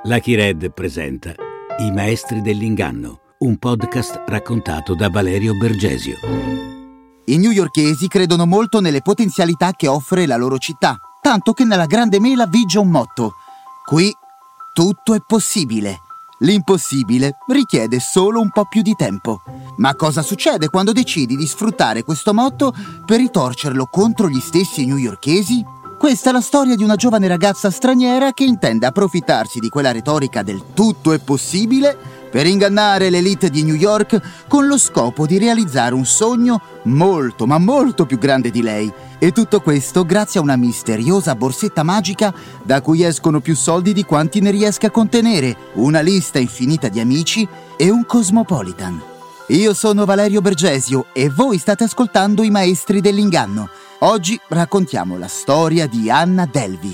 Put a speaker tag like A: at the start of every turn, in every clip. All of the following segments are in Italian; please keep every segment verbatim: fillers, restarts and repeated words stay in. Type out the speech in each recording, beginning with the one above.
A: Lucky Red presenta I Maestri dell'Inganno, un podcast raccontato da Valerio Bergesio.
B: I newyorkesi credono molto nelle potenzialità che offre la loro città, tanto che nella Grande Mela vige un motto: qui tutto è possibile. L'impossibile richiede solo un po' più di tempo. Ma cosa succede quando decidi di sfruttare questo motto per ritorcerlo contro gli stessi newyorkesi? Questa è la storia di una giovane ragazza straniera che intende approfittarsi di quella retorica del tutto è possibile per ingannare l'elite di New York con lo scopo di realizzare un sogno molto ma molto più grande di lei. E tutto questo grazie a una misteriosa borsetta magica da cui escono più soldi di quanti ne riesca a contenere, una lista infinita di amici e un cosmopolitan. Io sono Valerio Bergesio e voi state ascoltando I Maestri dell'Inganno. Oggi raccontiamo la storia di Anna Delvey.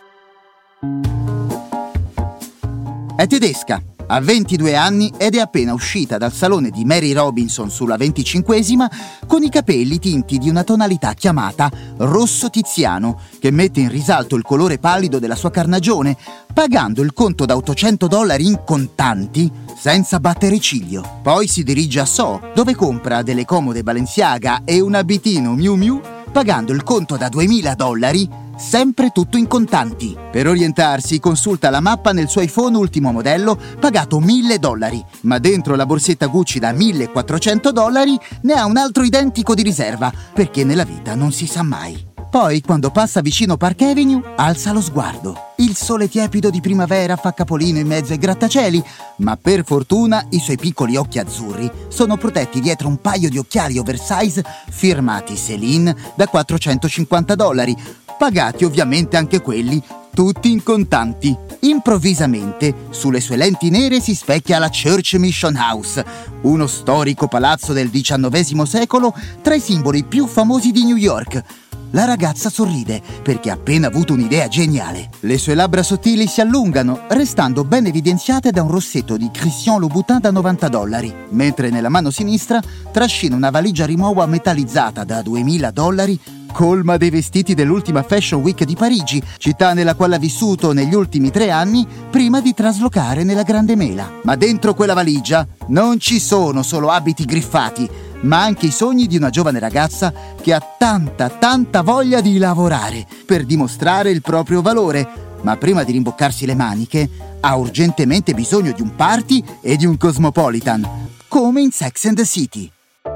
B: È tedesca, ha ventidue anni ed è appena uscita dal salone di Mary Robinson sulla venticinquesima con i capelli tinti di una tonalità chiamata rosso tiziano, che mette in risalto il colore pallido della sua carnagione, pagando il conto da ottocento dollari in contanti senza battere ciglio. Poi si dirige a Soho, dove compra delle comode Balenciaga e un abitino Miu Miu, pagando il conto da duemila dollari, sempre tutto in contanti. Per orientarsi consulta la mappa nel suo iPhone ultimo modello, pagato mille dollari, ma dentro la borsetta Gucci da millequattrocento dollari ne ha un altro identico di riserva, perché nella vita non si sa mai. Poi, quando passa vicino Park Avenue, alza lo sguardo. Il sole tiepido di primavera fa capolino in mezzo ai grattacieli, ma per fortuna i suoi piccoli occhi azzurri sono protetti dietro un paio di occhiali oversize firmati Celine da quattrocentocinquanta dollari, pagati ovviamente anche quelli, tutti in contanti. Improvvisamente, sulle sue lenti nere si specchia la Church Mission House, uno storico palazzo del diciannovesimo secolo tra i simboli più famosi di New York. La ragazza sorride perché ha appena avuto un'idea geniale. Le sue labbra sottili si allungano, restando ben evidenziate da un rossetto di Christian Louboutin da novanta dollari, mentre nella mano sinistra trascina una valigia rimuova metallizzata da duemila dollari, colma dei vestiti dell'ultima Fashion Week di Parigi, città nella quale ha vissuto negli ultimi tre anni prima di traslocare nella Grande Mela. Ma dentro quella valigia non ci sono solo abiti griffati, ma anche i sogni di una giovane ragazza che ha tanta, tanta voglia di lavorare per dimostrare il proprio valore, ma prima di rimboccarsi le maniche ha urgentemente bisogno di un party e di un cosmopolitan, come in Sex and the City.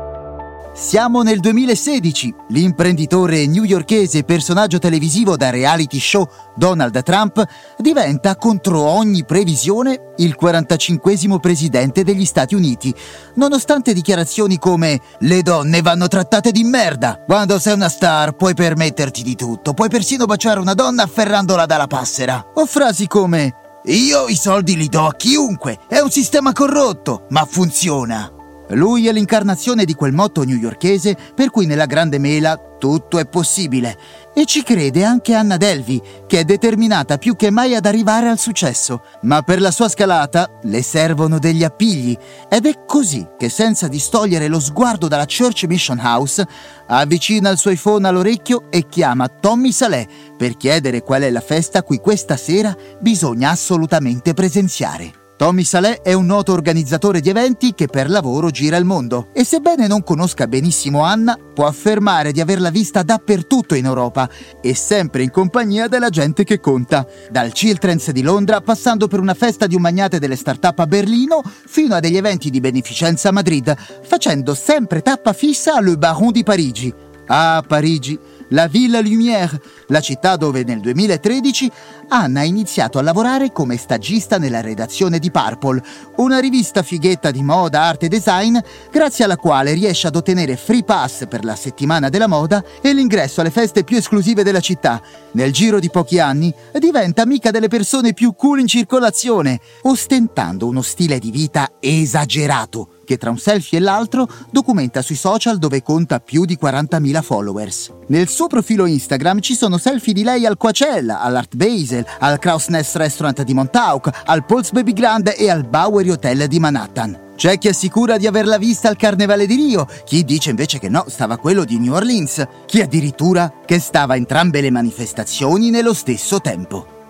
B: Siamo nel duemilasedici. L'imprenditore newyorkese e personaggio televisivo da reality show Donald Trump diventa, contro ogni previsione, il quarantacinquesimo presidente degli Stati Uniti, nonostante dichiarazioni come «le donne vanno trattate di merda, quando sei una star puoi permetterti di tutto, puoi persino baciare una donna afferrandola dalla passera», o frasi come «io i soldi li do a chiunque, è un sistema corrotto, ma funziona». Lui è l'incarnazione di quel motto newyorkese per cui nella Grande Mela tutto è possibile. E ci crede anche Anna Delvey, che è determinata più che mai ad arrivare al successo. Ma per la sua scalata le servono degli appigli. Ed è così che, senza distogliere lo sguardo dalla Church Mission House, avvicina il suo iPhone all'orecchio e chiama Tommy Saleh per chiedere qual è la festa a cui questa sera bisogna assolutamente presenziare. Tommy Saleh è un noto organizzatore di eventi che per lavoro gira il mondo e, sebbene non conosca benissimo Anna, può affermare di averla vista dappertutto in Europa e sempre in compagnia della gente che conta, dal Children's di Londra passando per una festa di un magnate delle start-up a Berlino fino a degli eventi di beneficenza a Madrid, facendo sempre tappa fissa a Le Baron di Parigi. Ah, Parigi, la Villa Lumière, la città dove nel duemilatredici Anna ha iniziato a lavorare come stagista nella redazione di Purple, una rivista fighetta di moda, arte e design, grazie alla quale riesce ad ottenere free pass per la settimana della moda e l'ingresso alle feste più esclusive della città. Nel giro di pochi anni diventa amica delle persone più cool in circolazione, ostentando uno stile di vita esagerato, che tra un selfie e l'altro documenta sui social dove conta più di quarantamila followers. Nel suo profilo Instagram ci sono selfie di lei al Coachella, all'Art Basel, al Kraus Nest Restaurant di Montauk, al Paul's Baby Grand e al Bowery Hotel di Manhattan. C'è chi assicura di averla vista al Carnevale di Rio, chi dice invece che no, stava quello di New Orleans, chi addirittura che stava a entrambe le manifestazioni nello stesso tempo.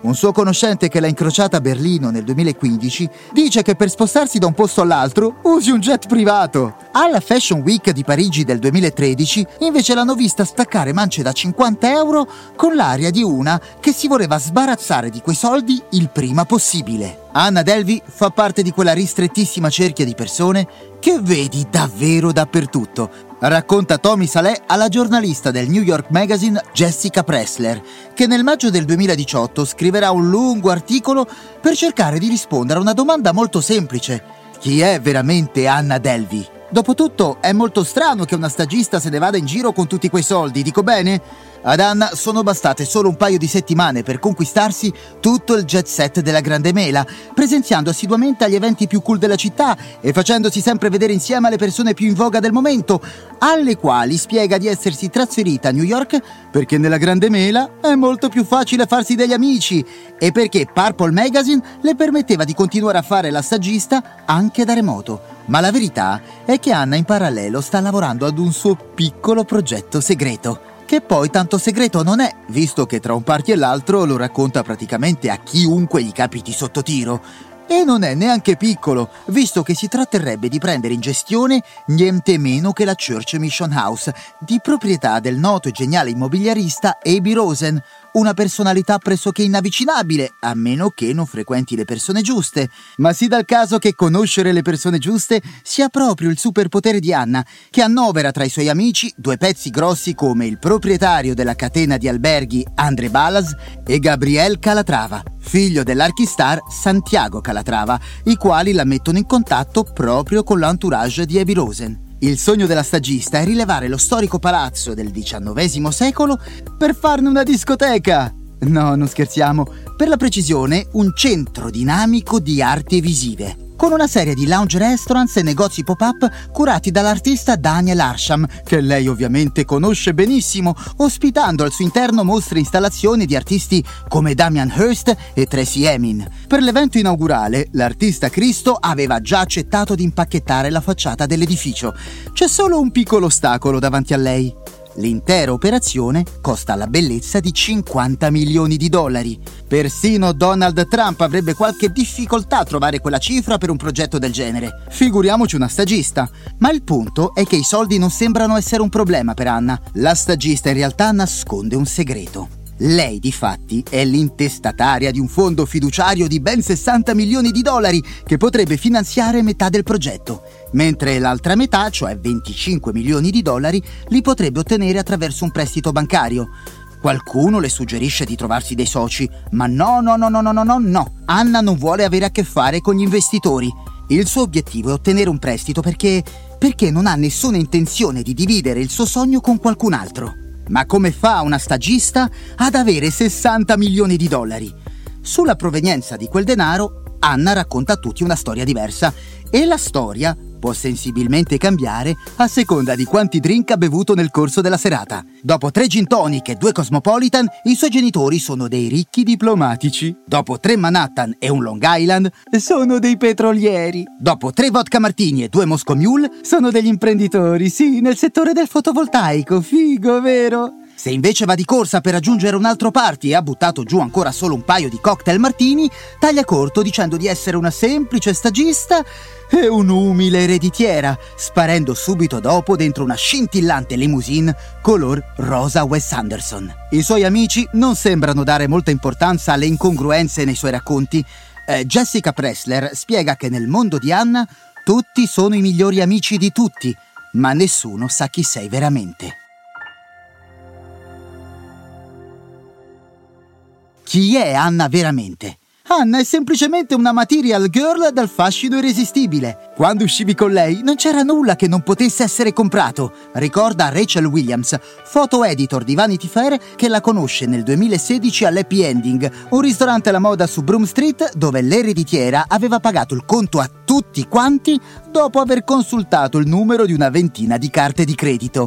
B: Un suo conoscente che l'ha incrociata a Berlino nel duemilaquindici dice che per spostarsi da un posto all'altro usi un jet privato. Alla Fashion Week di Parigi del duemilatredici invece l'hanno vista staccare mance da cinquanta euro con l'aria di una che si voleva sbarazzare di quei soldi il prima possibile. Anna Delvey fa parte di quella ristrettissima cerchia di persone che vedi davvero dappertutto, racconta Tommy Saleh alla giornalista del New York Magazine Jessica Pressler, che nel maggio del duemiladiciotto scriverà un lungo articolo per cercare di rispondere a una domanda molto semplice: chi è veramente Anna Delvey? Dopotutto è molto strano che una stagista se ne vada in giro con tutti quei soldi, dico bene? Ad Anna sono bastate solo un paio di settimane per conquistarsi tutto il jet set della Grande Mela, presenziando assiduamente agli eventi più cool della città e facendosi sempre vedere insieme alle persone più in voga del momento, alle quali spiega di essersi trasferita a New York perché nella Grande Mela è molto più facile farsi degli amici e perché Purple Magazine le permetteva di continuare a fare la stagista anche da remoto. Ma la verità è che Anna in parallelo sta lavorando ad un suo piccolo progetto segreto, che poi tanto segreto non è, visto che tra un party e l'altro lo racconta praticamente a chiunque gli capiti sotto tiro. E non è neanche piccolo, visto che si tratterebbe di prendere in gestione niente meno che la Church Mission House, di proprietà del noto e geniale immobiliarista Aby Rosen, una personalità pressoché inavvicinabile, a meno che non frequenti le persone giuste. Ma si dà il caso che conoscere le persone giuste sia proprio il superpotere di Anna, che annovera tra i suoi amici due pezzi grossi come il proprietario della catena di alberghi André Balaz e Gabriel Calatrava, figlio dell'archistar Santiago Calatrava, i quali la mettono in contatto proprio con l'entourage di Aby Rosen. Il sogno della stagista è rilevare lo storico palazzo del diciannovesimo secolo per farne una discoteca. No, non scherziamo. Per la precisione, un centro dinamico di arti visive, con una serie di lounge restaurants e negozi pop-up curati dall'artista Daniel Arsham, che lei ovviamente conosce benissimo, ospitando al suo interno mostre e installazioni di artisti come Damien Hirst e Tracy Emin. Per l'evento inaugurale, l'artista Cristo aveva già accettato di impacchettare la facciata dell'edificio. C'è solo un piccolo ostacolo davanti a lei. L'intera operazione costa la bellezza di cinquanta milioni di dollari. Persino Donald Trump avrebbe qualche difficoltà a trovare quella cifra per un progetto del genere. Figuriamoci una stagista. Ma il punto è che i soldi non sembrano essere un problema per Anna. La stagista in realtà nasconde un segreto. Lei, difatti, è l'intestataria di un fondo fiduciario di ben sessanta milioni di dollari che potrebbe finanziare metà del progetto, mentre l'altra metà, cioè venticinque milioni di dollari, li potrebbe ottenere attraverso un prestito bancario. Qualcuno le suggerisce di trovarsi dei soci, ma no, no, no, no, no, no, no, no. Anna non vuole avere a che fare con gli investitori. Il suo obiettivo è ottenere un prestito perché... perché non ha nessuna intenzione di dividere il suo sogno con qualcun altro. Ma come fa una stagista ad avere sessanta milioni di dollari? Sulla provenienza di quel denaro, Anna racconta a tutti una storia diversa e la storia può sensibilmente cambiare a seconda di quanti drink ha bevuto nel corso della serata. Dopo tre gin tonic e due Cosmopolitan, i suoi genitori sono dei ricchi diplomatici. Dopo tre Manhattan e un Long Island, sono dei petrolieri. Dopo tre vodka martini e due Moscow Mule, sono degli imprenditori, sì, nel settore del fotovoltaico. Figo, vero? Se invece va di corsa per raggiungere un altro party e ha buttato giù ancora solo un paio di cocktail martini, taglia corto dicendo di essere una semplice stagista e un'umile ereditiera, sparendo subito dopo dentro una scintillante limousine color rosa Wes Anderson. I suoi amici non sembrano dare molta importanza alle incongruenze nei suoi racconti. Eh, Jessica Pressler spiega che nel mondo di Anna tutti sono i migliori amici di tutti, ma nessuno sa chi sei veramente. Chi è Anna veramente? Anna è semplicemente una material girl dal fascino irresistibile. Quando uscivi con lei non c'era nulla che non potesse essere comprato, ricorda Rachel Williams, photo editor di Vanity Fair, che la conosce nel duemilasedici all'Happy Ending, un ristorante alla moda su Broome Street dove l'ereditiera aveva pagato il conto a tutti quanti dopo aver consultato il numero di una ventina di carte di credito.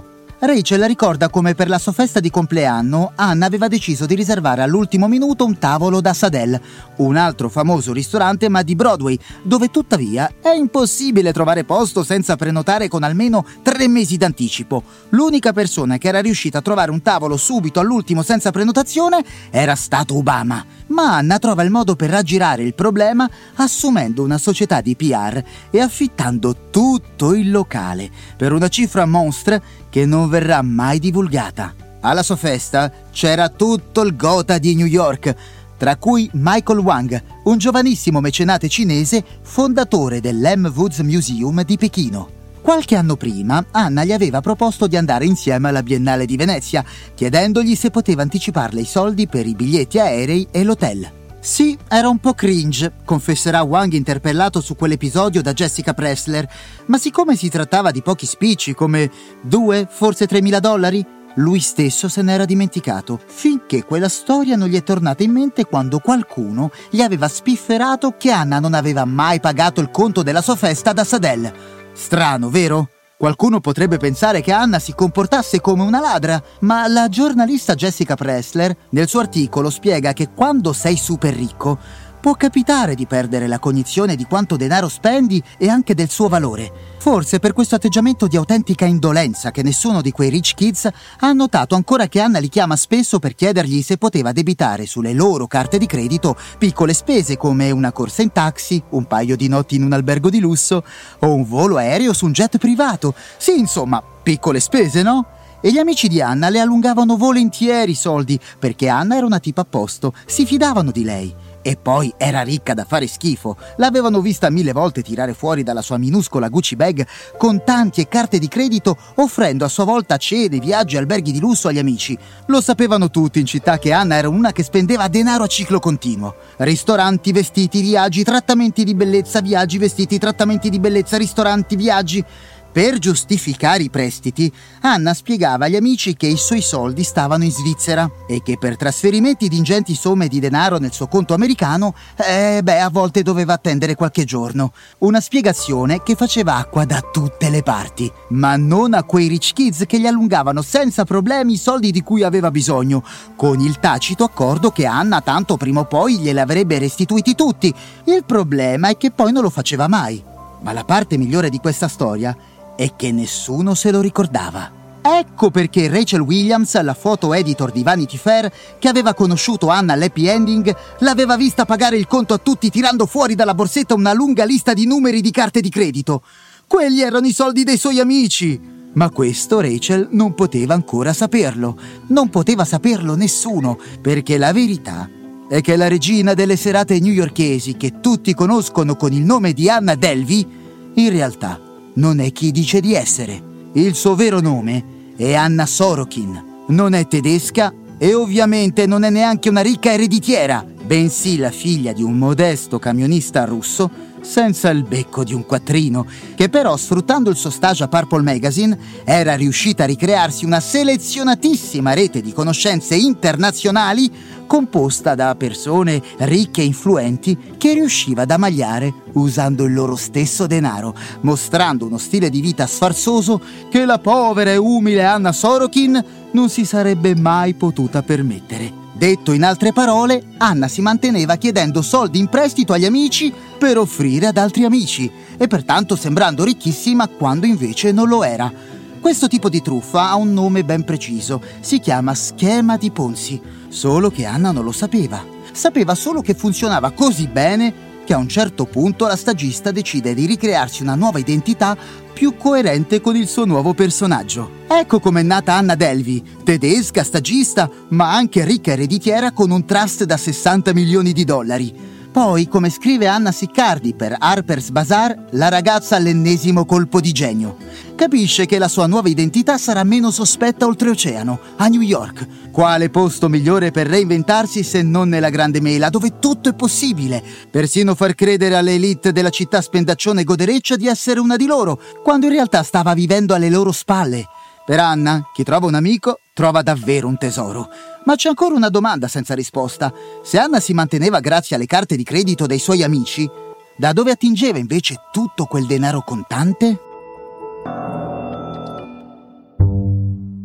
B: Rachel ricorda come per la sua festa di compleanno Anna aveva deciso di riservare all'ultimo minuto un tavolo da Sadell, un altro famoso ristorante ma di Broadway, dove tuttavia è impossibile trovare posto senza prenotare con almeno tre mesi d'anticipo. L'unica persona che era riuscita a trovare un tavolo subito all'ultimo senza prenotazione era stato Obama. Ma Anna trova il modo per raggirare il problema assumendo una società di P R e affittando tutto il locale per una cifra monstra che non verrà mai divulgata. Alla sua festa c'era tutto il gotha di New York, tra cui Michael Wang, un giovanissimo mecenate cinese fondatore dell'M. Woods Museum di Pechino. Qualche anno prima, Anna gli aveva proposto di andare insieme alla Biennale di Venezia, chiedendogli se poteva anticiparle i soldi per i biglietti aerei e l'hotel. Sì, era un po' cringe, confesserà Wang interpellato su quell'episodio da Jessica Pressler, ma siccome si trattava di pochi spicci, come due, forse tremila dollari, lui stesso se n'era dimenticato, finché quella storia non gli è tornata in mente quando qualcuno gli aveva spifferato che Anna non aveva mai pagato il conto della sua festa da Sadell. Strano, vero? Qualcuno potrebbe pensare che Anna si comportasse come una ladra, ma la giornalista Jessica Pressler nel suo articolo spiega che quando sei super ricco può capitare di perdere la cognizione di quanto denaro spendi e anche del suo valore. Forse per questo atteggiamento di autentica indolenza che nessuno di quei rich kids ha notato ancora che Anna li chiama spesso per chiedergli se poteva debitare sulle loro carte di credito piccole spese come una corsa in taxi, un paio di notti in un albergo di lusso o un volo aereo su un jet privato. Sì, insomma, piccole spese, no? E gli amici di Anna le allungavano volentieri i soldi perché Anna era una tipa a posto, si fidavano di lei. E poi era ricca da fare schifo, l'avevano vista mille volte tirare fuori dalla sua minuscola Gucci bag contanti e carte di credito, offrendo a sua volta cene, viaggi e alberghi di lusso agli amici. Lo sapevano tutti in città che Anna era una che spendeva denaro a ciclo continuo. Ristoranti, vestiti, viaggi, trattamenti di bellezza, viaggi, vestiti, trattamenti di bellezza, ristoranti, viaggi. Per giustificare i prestiti, Anna spiegava agli amici che i suoi soldi stavano in Svizzera e che per trasferimenti di ingenti somme di denaro nel suo conto americano, eh beh, a volte doveva attendere qualche giorno. Una spiegazione che faceva acqua da tutte le parti, ma non a quei rich kids che gli allungavano senza problemi i soldi di cui aveva bisogno, con il tacito accordo che Anna tanto prima o poi glieli avrebbe restituiti tutti. Il problema è che poi non lo faceva mai. Ma la parte migliore di questa storia è che nessuno se lo ricordava. Ecco perché Rachel Williams, la photo editor di Vanity Fair, che aveva conosciuto Anna all'happy ending, l'aveva vista pagare il conto a tutti tirando fuori dalla borsetta una lunga lista di numeri di carte di credito. Quelli erano i soldi dei suoi amici. Ma questo Rachel non poteva ancora saperlo. Non poteva saperlo nessuno, perché la verità è che la regina delle serate newyorkesi, che tutti conoscono con il nome di Anna Delvey, in realtà non è chi dice di essere. Il suo vero nome è Anna Sorokin. Non è tedesca e ovviamente non è neanche una ricca ereditiera, bensì la figlia di un modesto camionista russo senza il becco di un quattrino, che però, sfruttando il suo stage a Purple Magazine, era riuscita a ricrearsi una selezionatissima rete di conoscenze internazionali composta da persone ricche e influenti che riusciva ad ammagliare usando il loro stesso denaro, mostrando uno stile di vita sfarzoso che la povera e umile Anna Sorokin non si sarebbe mai potuta permettere. Detto in altre parole, Anna si manteneva chiedendo soldi in prestito agli amici per offrire ad altri amici e pertanto sembrando ricchissima quando invece non lo era. Questo tipo di truffa ha un nome ben preciso, si chiama schema di Ponzi, solo che Anna non lo sapeva. Sapeva solo che funzionava così bene che a un certo punto la stagista decide di ricrearsi una nuova identità più coerente con il suo nuovo personaggio. Ecco com'è nata Anna Delvey, tedesca, stagista, ma anche ricca ereditiera con un trust da sessanta milioni di dollari. Poi, come scrive Anna Siccardi per Harper's Bazaar, la ragazza ha l'ennesimo colpo di genio. Capisce che la sua nuova identità sarà meno sospetta oltreoceano, a New York. Quale posto migliore per reinventarsi se non nella grande mela, dove tutto è possibile? Persino far credere alle elite della città spendaccione e godereccia di essere una di loro, quando in realtà stava vivendo alle loro spalle. Per Anna, chi trova un amico, trova davvero un tesoro. Ma c'è ancora una domanda senza risposta. Se Anna si manteneva grazie alle carte di credito dei suoi amici, da dove attingeva invece tutto quel denaro contante?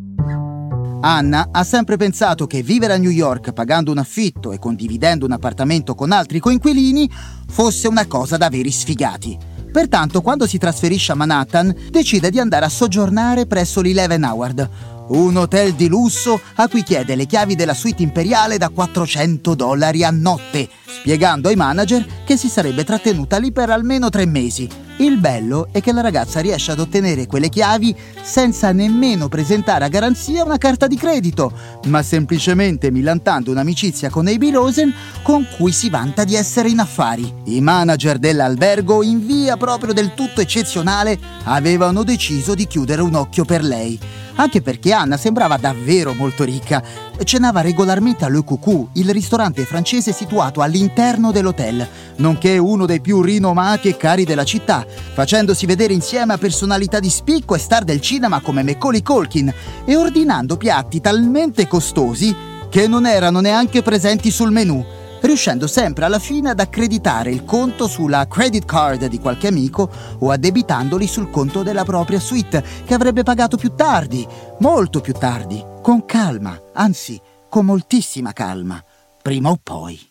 B: Anna ha sempre pensato che vivere a New York pagando un affitto e condividendo un appartamento con altri coinquilini fosse una cosa da veri sfigati. Pertanto, quando si trasferisce a Manhattan, decide di andare a soggiornare presso l'Eleven Howard, un hotel di lusso a cui chiede le chiavi della suite imperiale da quattrocento dollari a notte, spiegando ai manager che si sarebbe trattenuta lì per almeno tre mesi. Il bello è che la ragazza riesce ad ottenere quelle chiavi senza nemmeno presentare a garanzia una carta di credito, ma semplicemente millantando un'amicizia con Abby Rosen con cui si vanta di essere in affari. I manager dell'albergo, in via proprio del tutto eccezionale, avevano deciso di chiudere un occhio per lei, anche perché Anna sembrava davvero molto ricca. Cenava regolarmente a Le Coucou, il ristorante francese situato all'interno dell'hotel, nonché uno dei più rinomati e cari della città, facendosi vedere insieme a personalità di spicco e star del cinema come Macaulay Culkin e ordinando piatti talmente costosi che non erano neanche presenti sul menù, riuscendo sempre alla fine ad accreditare il conto sulla credit card di qualche amico o addebitandoli sul conto della propria suite, che avrebbe pagato più tardi, molto più tardi, con calma, anzi, con moltissima calma, prima o poi.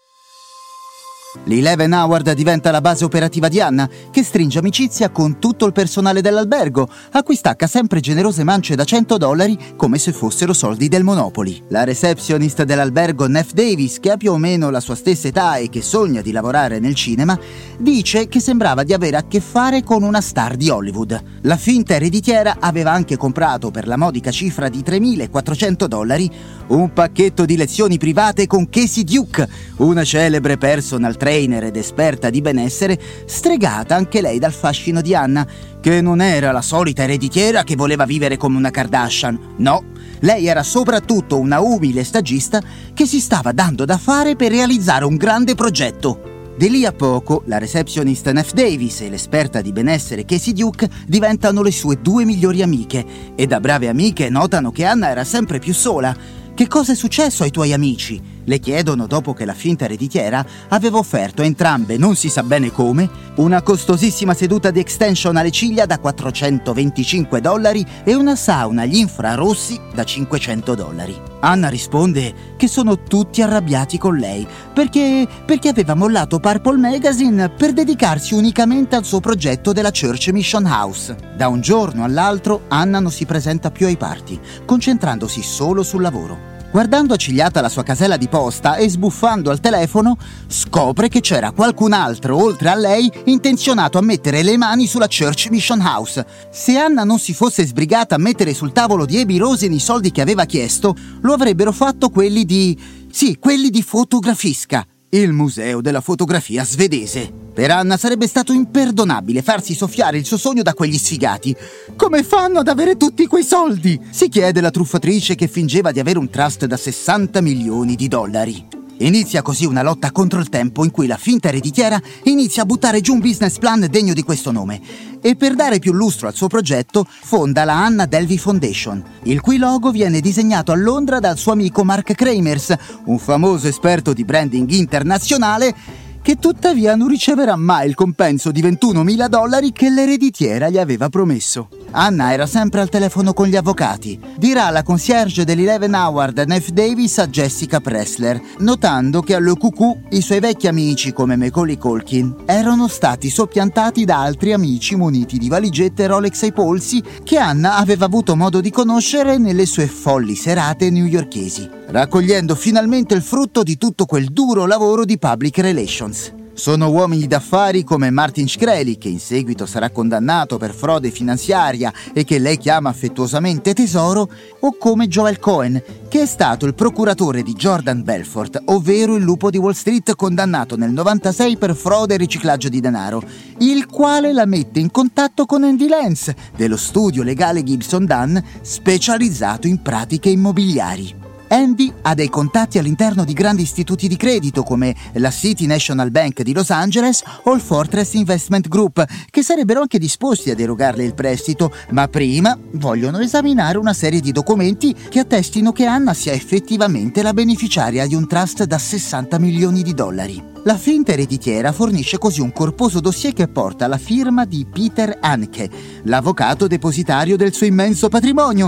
B: L'Eleven Howard diventa la base operativa di Anna, che stringe amicizia con tutto il personale dell'albergo, a cui stacca sempre generose mance da cento dollari come se fossero soldi del Monopoly. La receptionist dell'albergo, Neff Davis, che ha più o meno la sua stessa età e che sogna di lavorare nel cinema, dice che sembrava di avere a che fare con una star di Hollywood. La finta ereditiera aveva anche comprato per la modica cifra di tremilaquattrocento dollari un pacchetto di lezioni private con Casey Duke, una celebre personal trainer ed esperta di benessere, stregata anche lei dal fascino di Anna, che non era la solita ereditiera che voleva vivere come una Kardashian. No, lei era soprattutto una umile stagista che si stava dando da fare per realizzare un grande progetto. Di lì a poco, la receptionist Neff Davis e l'esperta di benessere Casey Duke diventano le sue due migliori amiche, e da brave amiche notano che Anna era sempre più sola. «Che cosa è successo ai tuoi amici?» le chiedono dopo che la finta ereditiera aveva offerto a entrambe, non si sa bene come, una costosissima seduta di extension alle ciglia da quattrocentoventicinque dollari e una sauna agli infrarossi da cinquecento dollari. Anna risponde che sono tutti arrabbiati con lei perché, perché aveva mollato Purple Magazine per dedicarsi unicamente al suo progetto della Church Mission House. Da un giorno all'altro Anna non si presenta più ai party, concentrandosi solo sul lavoro. Guardando accigliata la sua casella di posta e sbuffando al telefono, scopre che c'era qualcun altro, oltre a lei, intenzionato a mettere le mani sulla Church Mission House. Se Anna non si fosse sbrigata a mettere sul tavolo di Abby Rosen i soldi che aveva chiesto, lo avrebbero fatto quelli di... sì, quelli di Fotografisca, il museo della fotografia svedese. Per Anna sarebbe stato imperdonabile farsi soffiare il suo sogno da quegli sfigati. Come fanno ad avere tutti quei soldi? Si chiede la truffatrice, che fingeva di avere un trust da sessanta milioni di dollari. Inizia così una lotta contro il tempo in cui la finta ereditiera inizia a buttare giù un business plan degno di questo nome, e per dare più lustro al suo progetto fonda la Anna Delvey Foundation, il cui logo viene disegnato a Londra dal suo amico Mark Kramers, un famoso esperto di branding internazionale, che tuttavia non riceverà mai il compenso di ventunomila dollari che l'ereditiera gli aveva promesso. Anna era sempre al telefono con gli avvocati. Dirà la concierge dell'Eleven Howard, Neff Davis, a Jessica Pressler, notando che a Le Coucou i suoi vecchi amici come Macaulay Culkin erano stati soppiantati da altri amici muniti di valigette Rolex ai polsi che Anna aveva avuto modo di conoscere nelle sue folli serate newyorkesi, raccogliendo finalmente il frutto di tutto quel duro lavoro di public relations. Sono uomini d'affari come Martin Shkreli, che in seguito sarà condannato per frode finanziaria e che lei chiama affettuosamente tesoro, o come Joel Cohen, che è stato il procuratore di Jordan Belfort, ovvero il lupo di Wall Street, condannato nel novantasei per frode e riciclaggio di denaro, il quale la mette in contatto con Andy Lance, dello studio legale Gibson Dunn, specializzato in pratiche immobiliari. Andy ha dei contatti all'interno di grandi istituti di credito come la City National Bank di Los Angeles o il Fortress Investment Group, che sarebbero anche disposti ad erogarle il prestito, ma prima vogliono esaminare una serie di documenti che attestino che Anna sia effettivamente la beneficiaria di un trust da sessanta milioni di dollari. La finta ereditiera fornisce così un corposo dossier che porta la firma di Peter Hanke, l'avvocato depositario del suo immenso patrimonio.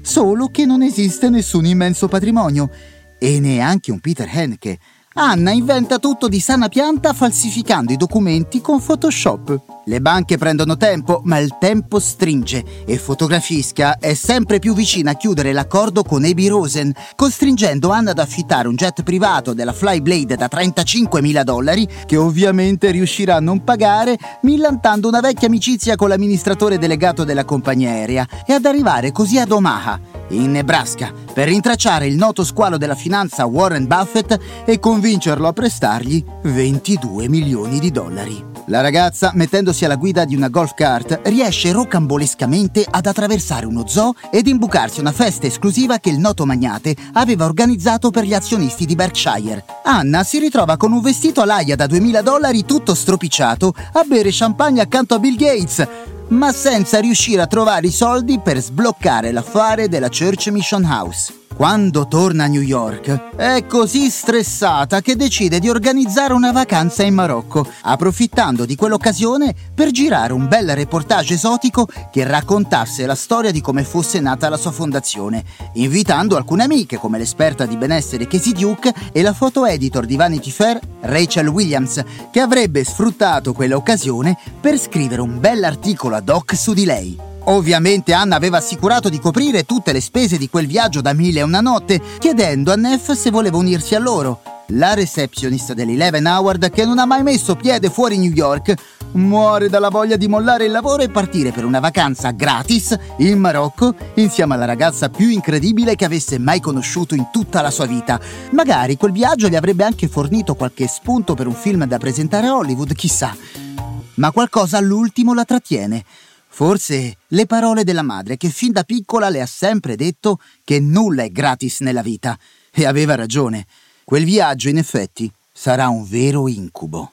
B: solo che non esiste nessun immenso patrimonio e neanche un Peter Handke. Anna inventa tutto di sana pianta falsificando i documenti con Photoshop. Le banche prendono tempo, ma il tempo stringe e Fotografiska è sempre più vicina a chiudere l'accordo con Aby Rosen, costringendo Anna ad affittare un jet privato della Flyblade da trentacinquemila dollari, che ovviamente riuscirà a non pagare, millantando una vecchia amicizia con l'amministratore delegato della compagnia aerea, e ad arrivare così ad Omaha, in Nebraska, per rintracciare il noto squalo della finanza Warren Buffett e convincerlo a prestargli ventidue milioni di dollari. La ragazza, mettendosi alla guida di una golf cart, riesce rocambolescamente ad attraversare uno zoo ed imbucarsi una festa esclusiva che il noto magnate aveva organizzato per gli azionisti di Berkshire. Anna si ritrova con un vestito a laia da duemila dollari tutto stropicciato a bere champagne accanto a Bill Gates, ma senza riuscire a trovare i soldi per sbloccare l'affare della Church Mission House. Quando torna a New York è così stressata che decide di organizzare una vacanza in Marocco, approfittando di quell'occasione per girare un bel reportage esotico che raccontasse la storia di come fosse nata la sua fondazione, invitando alcune amiche come l'esperta di benessere Casey Duke e la foto editor di Vanity Fair Rachel Williams, che avrebbe sfruttato quell'occasione per scrivere un bell'articolo ad hoc su di lei. Ovviamente Anna aveva assicurato di coprire tutte le spese di quel viaggio da mille e una notte, chiedendo a Neff se voleva unirsi a loro. La receptionist dell'Eleven Howard, che non ha mai messo piede fuori New York, muore dalla voglia di mollare il lavoro e partire per una vacanza gratis in Marocco insieme alla ragazza più incredibile che avesse mai conosciuto in tutta la sua vita. Magari quel viaggio gli avrebbe anche fornito qualche spunto per un film da presentare a Hollywood, chissà. Ma qualcosa all'ultimo la trattiene. Forse le parole della madre, che fin da piccola le ha sempre detto che nulla è gratis nella vita. E aveva ragione. Quel viaggio, in effetti, sarà un vero incubo.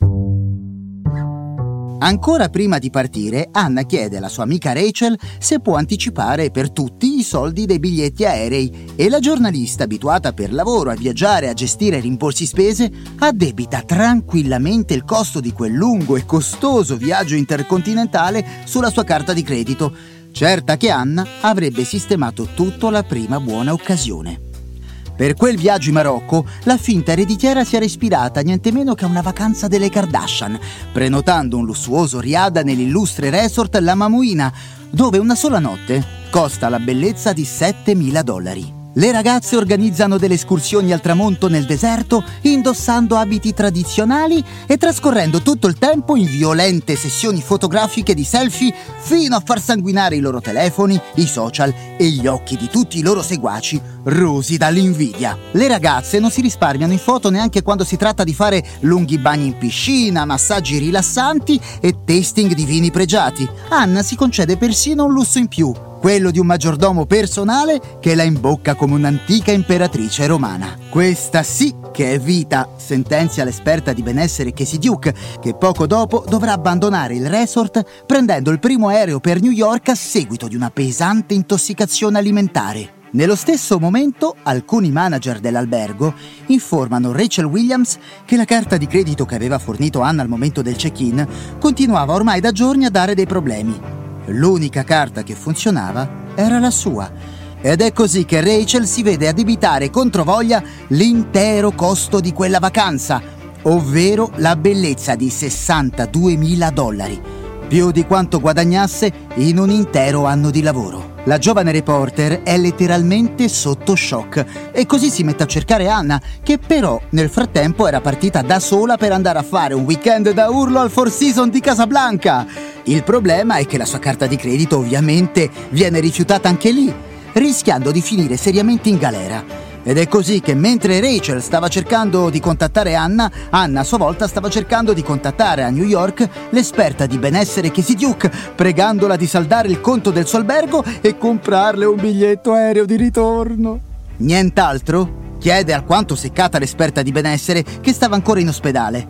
B: Ancora prima di partire, Anna chiede alla sua amica Rachel se può anticipare per tutti i soldi dei biglietti aerei e la giornalista, abituata per lavoro a viaggiare e a gestire rimborsi spese, addebita tranquillamente il costo di quel lungo e costoso viaggio intercontinentale sulla sua carta di credito, certa che Anna avrebbe sistemato tutto alla prima buona occasione. Per quel viaggio in Marocco, la finta ereditiera si era ispirata a niente meno che a una vacanza delle Kardashian, prenotando un lussuoso riad nell'illustre resort La Mamuina, dove una sola notte costa la bellezza di settemila dollari. Le ragazze organizzano delle escursioni al tramonto nel deserto, indossando abiti tradizionali e trascorrendo tutto il tempo in violente sessioni fotografiche di selfie fino a far sanguinare i loro telefoni, i social e gli occhi di tutti i loro seguaci, rosi dall'invidia. Le ragazze non si risparmiano in foto neanche quando si tratta di fare lunghi bagni in piscina, massaggi rilassanti e tasting di vini pregiati. Anna si concede persino un lusso in più, quello di un maggiordomo personale che la imbocca come un'antica imperatrice romana. Questa sì che è vita, sentenzia l'esperta di benessere Casey Duke, che poco dopo dovrà abbandonare il resort prendendo il primo aereo per New York a seguito di una pesante intossicazione alimentare. Nello stesso momento, alcuni manager dell'albergo informano Rachel Williams che la carta di credito che aveva fornito Anna al momento del check-in continuava ormai da giorni a dare dei problemi. L'unica carta che funzionava era la sua, ed è così che Rachel si vede addebitare controvoglia l'intero costo di quella vacanza, ovvero la bellezza di sessantaduemila dollari, più di quanto guadagnasse in un intero anno di lavoro. La giovane reporter è letteralmente sotto shock e così si mette a cercare Anna, che però nel frattempo era partita da sola per andare a fare un weekend da urlo al Four Seasons di Casablanca. Il problema è che la sua carta di credito ovviamente viene rifiutata anche lì, rischiando di finire seriamente in galera. Ed è così che mentre Rachel stava cercando di contattare Anna, Anna a sua volta stava cercando di contattare a New York l'esperta di benessere Casey Duke, pregandola di saldare il conto del suo albergo e comprarle un biglietto aereo di ritorno. Nient'altro? Chiede alquanto seccata l'esperta di benessere, che stava ancora in ospedale.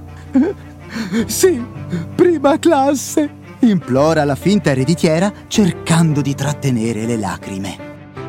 B: Sì, prima classe, implora la finta ereditiera, cercando di trattenere le lacrime.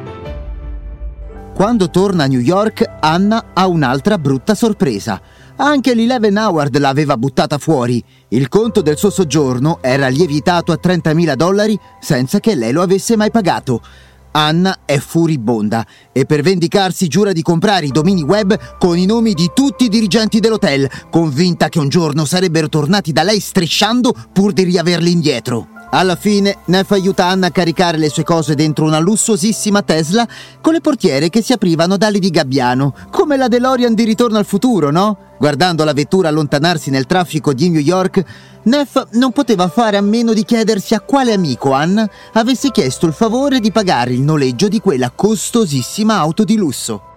B: Quando torna a New York, Anna ha un'altra brutta sorpresa. Anche l'Eleven Howard l'aveva buttata fuori. Il conto del suo soggiorno era lievitato a trentamila dollari senza che lei lo avesse mai pagato. Anna è furibonda e per vendicarsi giura di comprare i domini web con i nomi di tutti i dirigenti dell'hotel, convinta che un giorno sarebbero tornati da lei strisciando pur di riaverli indietro. Alla fine Neff aiuta Anna a caricare le sue cose dentro una lussuosissima Tesla con le portiere che si aprivano d'ali di gabbiano, come la DeLorean di Ritorno al futuro, no? Guardando la vettura allontanarsi nel traffico di New York, Neff non poteva fare a meno di chiedersi a quale amico Anna avesse chiesto il favore di pagare il noleggio di quella costosissima auto di lusso.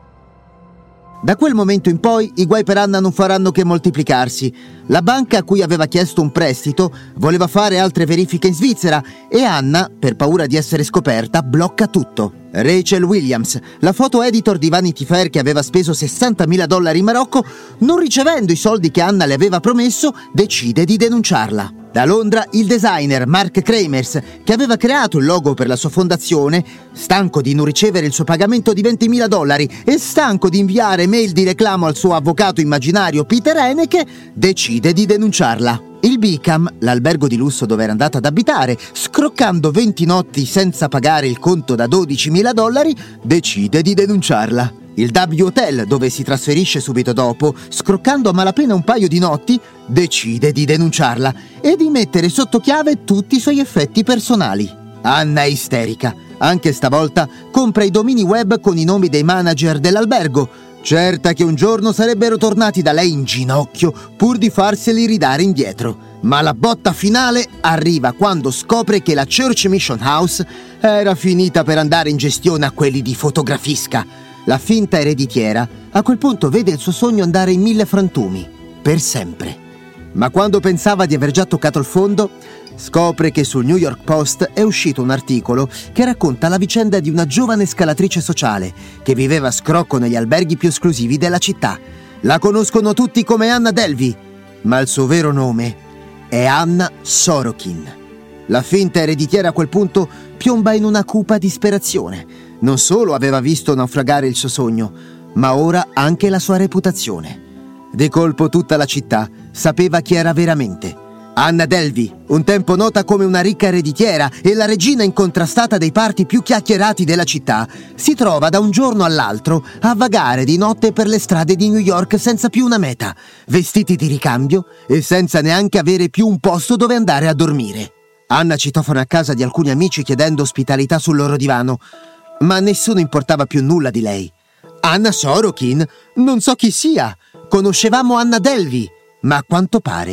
B: Da quel momento in poi i guai per Anna non faranno che moltiplicarsi. La banca a cui aveva chiesto un prestito voleva fare altre verifiche in Svizzera e Anna, per paura di essere scoperta, blocca tutto. Rachel Williams, la foto editor di Vanity Fair che aveva speso sessantamila dollari in Marocco, non ricevendo i soldi che Anna le aveva promesso, decide di denunciarla. Da Londra il designer Mark Kramers, che aveva creato il logo per la sua fondazione, stanco di non ricevere il suo pagamento di ventimila dollari e stanco di inviare mail di reclamo al suo avvocato immaginario Peter Haneke, decide di denunciarla. Il Beacom, l'albergo di lusso dove era andata ad abitare, scroccando venti notti senza pagare il conto da dodicimila dollari, decide di denunciarla. Il W Hotel, dove si trasferisce subito dopo, scroccando a malapena un paio di notti, decide di denunciarla e di mettere sotto chiave tutti i suoi effetti personali. Anna è isterica. Anche stavolta compra i domini web con i nomi dei manager dell'albergo, certa che un giorno sarebbero tornati da lei in ginocchio pur di farseli ridare indietro. Ma la botta finale arriva quando scopre che la Church Mission House era finita per andare in gestione a quelli di Fotografisca. La finta ereditiera a quel punto vede il suo sogno andare in mille frantumi, per sempre. Ma quando pensava di aver già toccato il fondo, scopre che sul New York Post è uscito un articolo che racconta la vicenda di una giovane scalatrice sociale che viveva a scrocco negli alberghi più esclusivi della città. La conoscono tutti come Anna Delvey, ma il suo vero nome è Anna Sorokin. La finta ereditiera a quel punto piomba in una cupa disperazione. Non solo aveva visto naufragare il suo sogno, ma ora anche la sua reputazione. Di colpo tutta la città sapeva chi era veramente. Anna Delvey, un tempo nota come una ricca ereditiera e la regina incontrastata dei party più chiacchierati della città, si trova da un giorno all'altro a vagare di notte per le strade di New York senza più una meta, vestiti di ricambio e senza neanche avere più un posto dove andare a dormire. Anna citofona a casa di alcuni amici chiedendo ospitalità sul loro divano, ma a nessuno importava più nulla di lei. Anna Sorokin? Non so chi sia. Conoscevamo Anna Delvey, ma a quanto pare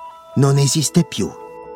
B: non esiste più.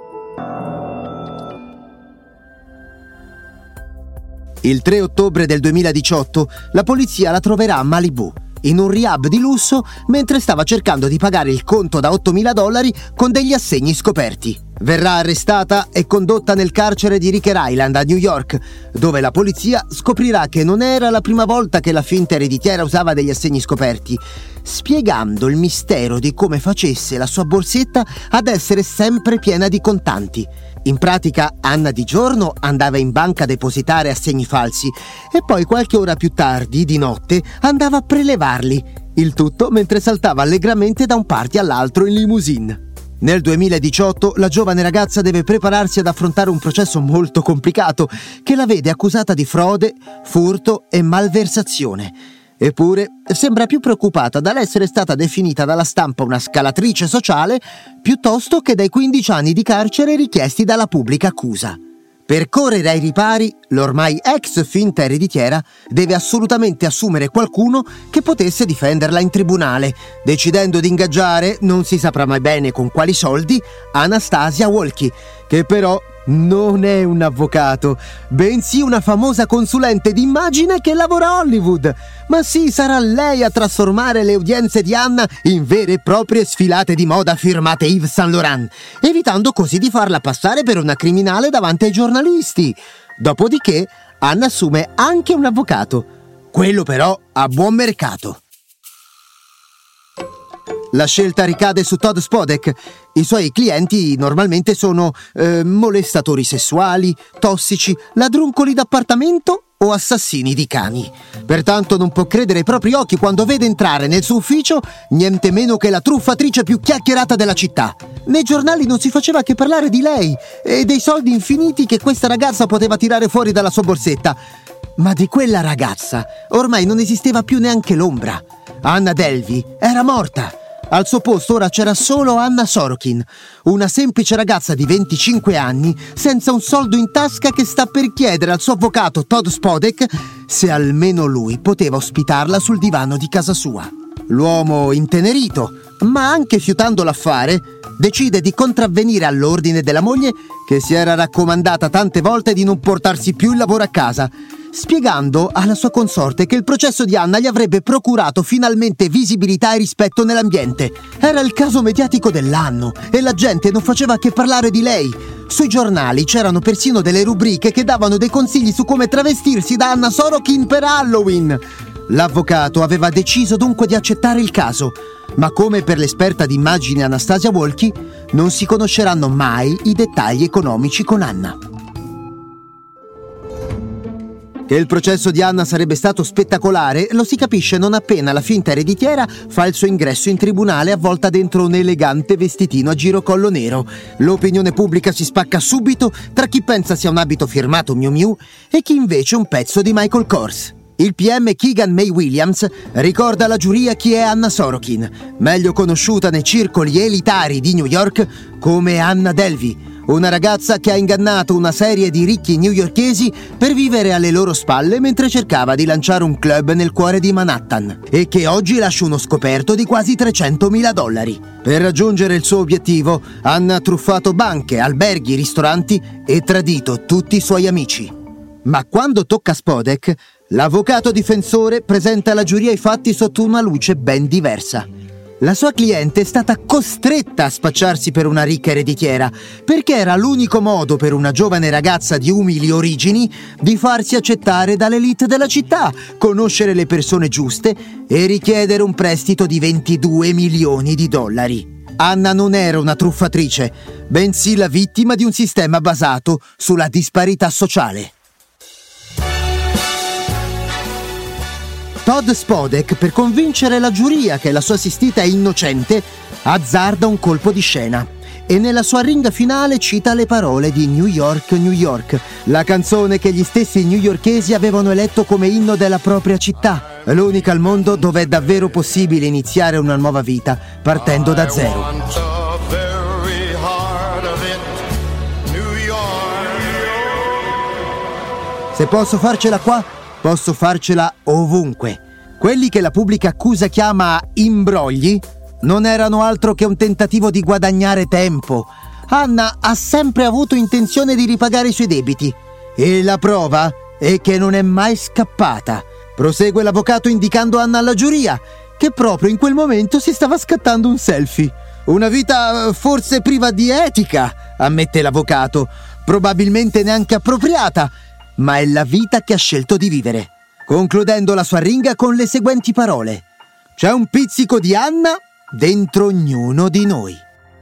B: Il tre ottobre del duemiladiciotto la polizia la troverà a Malibu, in un rehab di lusso, mentre stava cercando di pagare il conto da ottomila dollari con degli assegni scoperti. Verrà arrestata e condotta nel carcere di Riker Island a New York, dove la polizia scoprirà che non era la prima volta che la finta ereditiera usava degli assegni scoperti, spiegando il mistero di come facesse la sua borsetta ad essere sempre piena di contanti. In pratica, Anna di giorno andava in banca a depositare assegni falsi e poi qualche ora più tardi, di notte, andava a prelevarli. Il tutto mentre saltava allegramente da un party all'altro in limousine. Nel duemiladiciotto la giovane ragazza deve prepararsi ad affrontare un processo molto complicato che la vede accusata di frode, furto e malversazione. Eppure sembra più preoccupata dall'essere stata definita dalla stampa una scalatrice sociale piuttosto che dai quindici anni di carcere richiesti dalla pubblica accusa. Per correre ai ripari, l'ormai ex finta ereditiera deve assolutamente assumere qualcuno che potesse difenderla in tribunale, decidendo di ingaggiare, non si saprà mai bene con quali soldi, Anastasia Wolke, che però non è un avvocato, bensì una famosa consulente d'immagine che lavora a Hollywood. Ma sì, sarà lei a trasformare le udienze di Anna in vere e proprie sfilate di moda firmate Yves Saint Laurent, evitando così di farla passare per una criminale davanti ai giornalisti. Dopodiché Anna assume anche un avvocato, quello però a buon mercato. La scelta ricade su Todd Spodek. I suoi clienti normalmente sono eh, molestatori sessuali, tossici, ladruncoli d'appartamento o assassini di cani. Pertanto non può credere ai propri occhi quando vede entrare nel suo ufficio niente meno che la truffatrice più chiacchierata della città.
C: Nei giornali non si faceva che parlare di lei e dei soldi infiniti che questa ragazza poteva tirare fuori dalla sua borsetta. Ma di quella ragazza ormai non esisteva più neanche l'ombra. Anna Delvey era morta. Al suo posto ora c'era solo Anna Sorokin, una semplice ragazza di venticinque anni senza un soldo in tasca che sta per chiedere al suo avvocato Todd Spodek se almeno lui poteva ospitarla sul divano di casa sua. L'uomo, intenerito, ma anche fiutando l'affare, decide di contravvenire all'ordine della moglie che si era raccomandata tante volte di non portarsi più il lavoro a casa, spiegando alla sua consorte che il processo di Anna gli avrebbe procurato finalmente visibilità e rispetto nell'ambiente. Era il caso mediatico dell'anno e la gente non faceva che parlare di lei. Sui giornali c'erano persino delle rubriche che davano dei consigli su come travestirsi da Anna Sorokin per Halloween. L'avvocato aveva deciso dunque di accettare il caso, ma come per l'esperta di immagini Anastasia Wolke, non si conosceranno mai i dettagli economici con Anna. Che il processo di Anna sarebbe stato spettacolare lo si capisce non appena la finta ereditiera fa il suo ingresso in tribunale avvolta dentro un elegante vestitino a girocollo nero. L'opinione pubblica si spacca subito tra chi pensa sia un abito firmato Miu Miu e chi invece un pezzo di Michael Kors. Il P M Keegan May Williams ricorda alla giuria chi è Anna Sorokin, meglio conosciuta nei circoli elitari di New York come Anna Delvey, una ragazza che ha ingannato una serie di ricchi newyorkesi per vivere alle loro spalle mentre cercava di lanciare un club nel cuore di Manhattan e che oggi lascia uno scoperto di quasi trecentomila dollari. Per raggiungere il suo obiettivo, Anna ha truffato banche, alberghi, ristoranti e tradito tutti i suoi amici. Ma quando tocca a Spodek, l'avvocato difensore presenta alla giuria i fatti sotto una luce ben diversa. La sua cliente è stata costretta a spacciarsi per una ricca ereditiera, perché era l'unico modo per una giovane ragazza di umili origini di farsi accettare dall'elite della città, conoscere le persone giuste e richiedere un prestito di ventidue milioni di dollari. Anna non era una truffatrice, bensì la vittima di un sistema basato sulla disparità sociale. Todd Spodek, per convincere la giuria che la sua assistita è innocente, azzarda un colpo di scena e nella sua ringa finale cita le parole di New York, New York, la canzone che gli stessi newyorkesi avevano eletto come inno della propria città, l'unica al mondo dove è davvero possibile iniziare una nuova vita partendo da zero. Se posso farcela qua, posso farcela ovunque. Quelli che la pubblica accusa chiama imbrogli non erano altro che un tentativo di guadagnare tempo. Anna ha sempre avuto intenzione di ripagare i suoi debiti e la prova è che non è mai scappata. Prosegue l'avvocato indicando Anna alla giuria, che proprio in quel momento si stava scattando un selfie. Una vita forse priva di etica, ammette l'avvocato, probabilmente neanche appropriata, ma è la vita che ha scelto di vivere, concludendo la sua ringa con le seguenti parole: c'è un pizzico di Anna dentro ognuno di noi.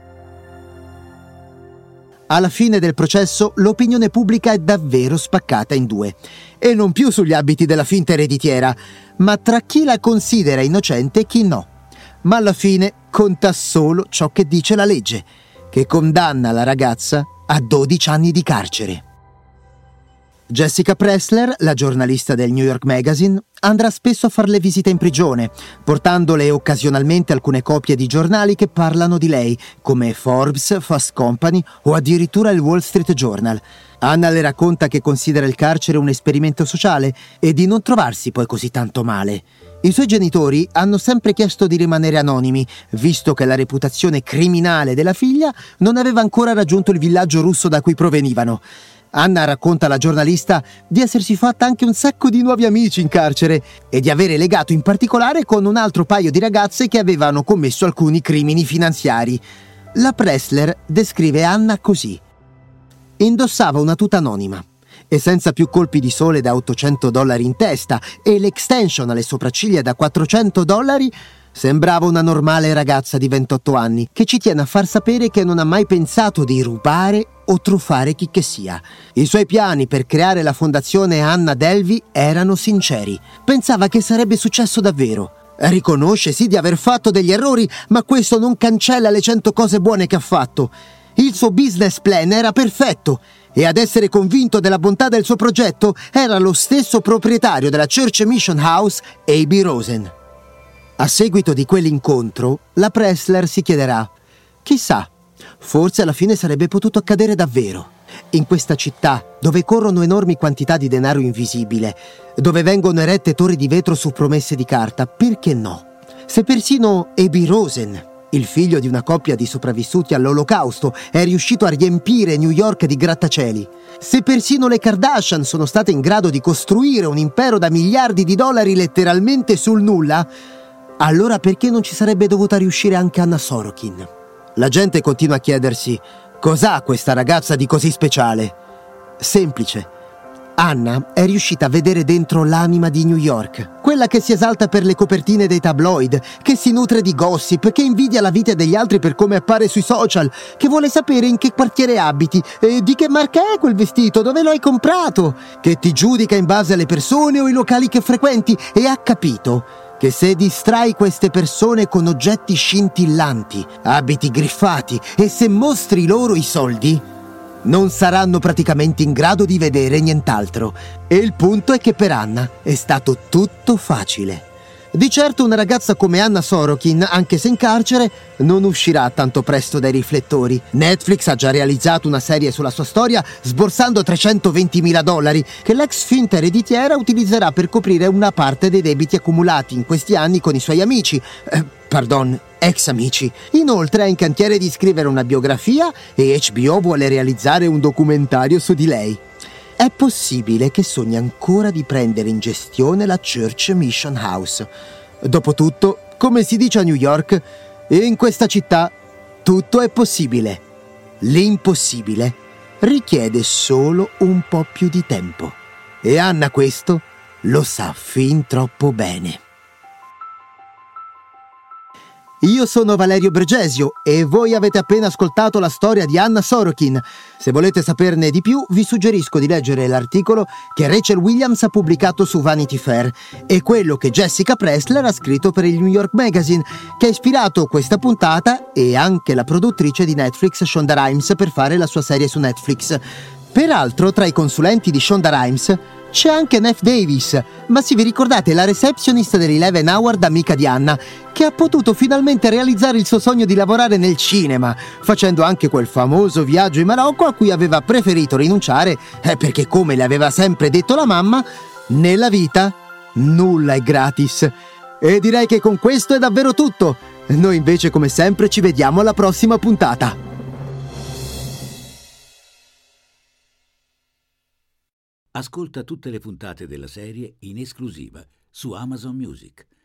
C: Alla fine del processo l'opinione pubblica è davvero spaccata in due, e non più sugli abiti della finta ereditiera, ma tra chi la considera innocente e chi no. Ma alla fine conta solo ciò che dice la legge, che condanna la ragazza a dodici anni di carcere. Jessica Pressler, la giornalista del New York Magazine, andrà spesso a fare le visite in prigione, portandole occasionalmente alcune copie di giornali che parlano di lei, come Forbes, Fast Company o addirittura il Wall Street Journal. Anna le racconta che considera il carcere un esperimento sociale e di non trovarsi poi così tanto male. I suoi genitori hanno sempre chiesto di rimanere anonimi, visto che la reputazione criminale della figlia non aveva ancora raggiunto il villaggio russo da cui provenivano. Anna racconta alla giornalista di essersi fatta anche un sacco di nuovi amici in carcere e di avere legato in particolare con un altro paio di ragazze che avevano commesso alcuni crimini finanziari. La Pressler descrive Anna così: indossava una tuta anonima e senza più colpi di sole da ottocento dollari in testa e l'extension alle sopracciglia da quattrocento dollari, sembrava una normale ragazza di ventotto anni che ci tiene a far sapere che non ha mai pensato di rubare o truffare chi che sia. I suoi piani per creare la fondazione Anna Delvey erano sinceri. Pensava che sarebbe successo davvero. Riconosce sì di aver fatto degli errori, ma questo non cancella le cento cose buone che ha fatto. Il suo business plan era perfetto e ad essere convinto della bontà del suo progetto era lo stesso proprietario della Church Mission House, A B Rosen. A seguito di quell'incontro, la Pressler si chiederà: chissà, forse alla fine sarebbe potuto accadere davvero. In questa città, dove corrono enormi quantità di denaro invisibile, dove vengono erette torri di vetro su promesse di carta, perché no? Se persino A B Rosen, il figlio di una coppia di sopravvissuti all'Olocausto, è riuscito a riempire New York di grattacieli, se persino le Kardashian sono state in grado di costruire un impero da miliardi di dollari letteralmente sul nulla, allora perché non ci sarebbe dovuta riuscire anche Anna Sorokin? La gente continua a chiedersi: cos'ha questa ragazza di così speciale? Semplice. Anna è riuscita a vedere dentro l'anima di New York, quella che si esalta per le copertine dei tabloid, che si nutre di gossip, che invidia la vita degli altri per come appare sui social, che vuole sapere in che quartiere abiti, e di che marca è quel vestito, dove lo hai comprato, che ti giudica in base alle persone o i locali che frequenti, e ha capito che se distrai queste persone con oggetti scintillanti, abiti griffati e se mostri loro i soldi, non saranno praticamente in grado di vedere nient'altro. E il punto è che per Anna è stato tutto facile. Di certo una ragazza come Anna Sorokin, anche se in carcere, non uscirà tanto presto dai riflettori. Netflix ha già realizzato una serie sulla sua storia sborsando trecentoventimila dollari che l'ex finta ereditiera utilizzerà per coprire una parte dei debiti accumulati in questi anni con i suoi amici, eh, pardon, ex amici. Inoltre è in cantiere di scrivere una biografia e H B O vuole realizzare un documentario su di lei. È possibile che sogni ancora di prendere in gestione la Church Mission House. Dopotutto, come si dice a New York, in questa città tutto è possibile. L'impossibile richiede solo un po' più di tempo. E Anna questo lo sa fin troppo bene. Io sono Valerio Bergesio e voi avete appena ascoltato la storia di Anna Sorokin. Se volete saperne di più, vi suggerisco di leggere l'articolo che Rachel Williams ha pubblicato su Vanity Fair e quello che Jessica Pressler ha scritto per il New York Magazine, che ha ispirato questa puntata e anche la produttrice di Netflix Shonda Rhimes per fare la sua serie su Netflix. Peraltro, tra i consulenti di Shonda Rhimes c'è anche Neff Davis, ma se vi ricordate la receptionist dell'Eleven Hour amica di Anna, che ha potuto finalmente realizzare il suo sogno di lavorare nel cinema, facendo anche quel famoso viaggio in Marocco a cui aveva preferito rinunciare, eh, perché come le aveva sempre detto la mamma, nella vita nulla è gratis. E direi che con questo è davvero tutto. Noi invece come sempre ci vediamo alla prossima puntata.
A: Ascolta tutte le puntate della serie in esclusiva su Amazon Music.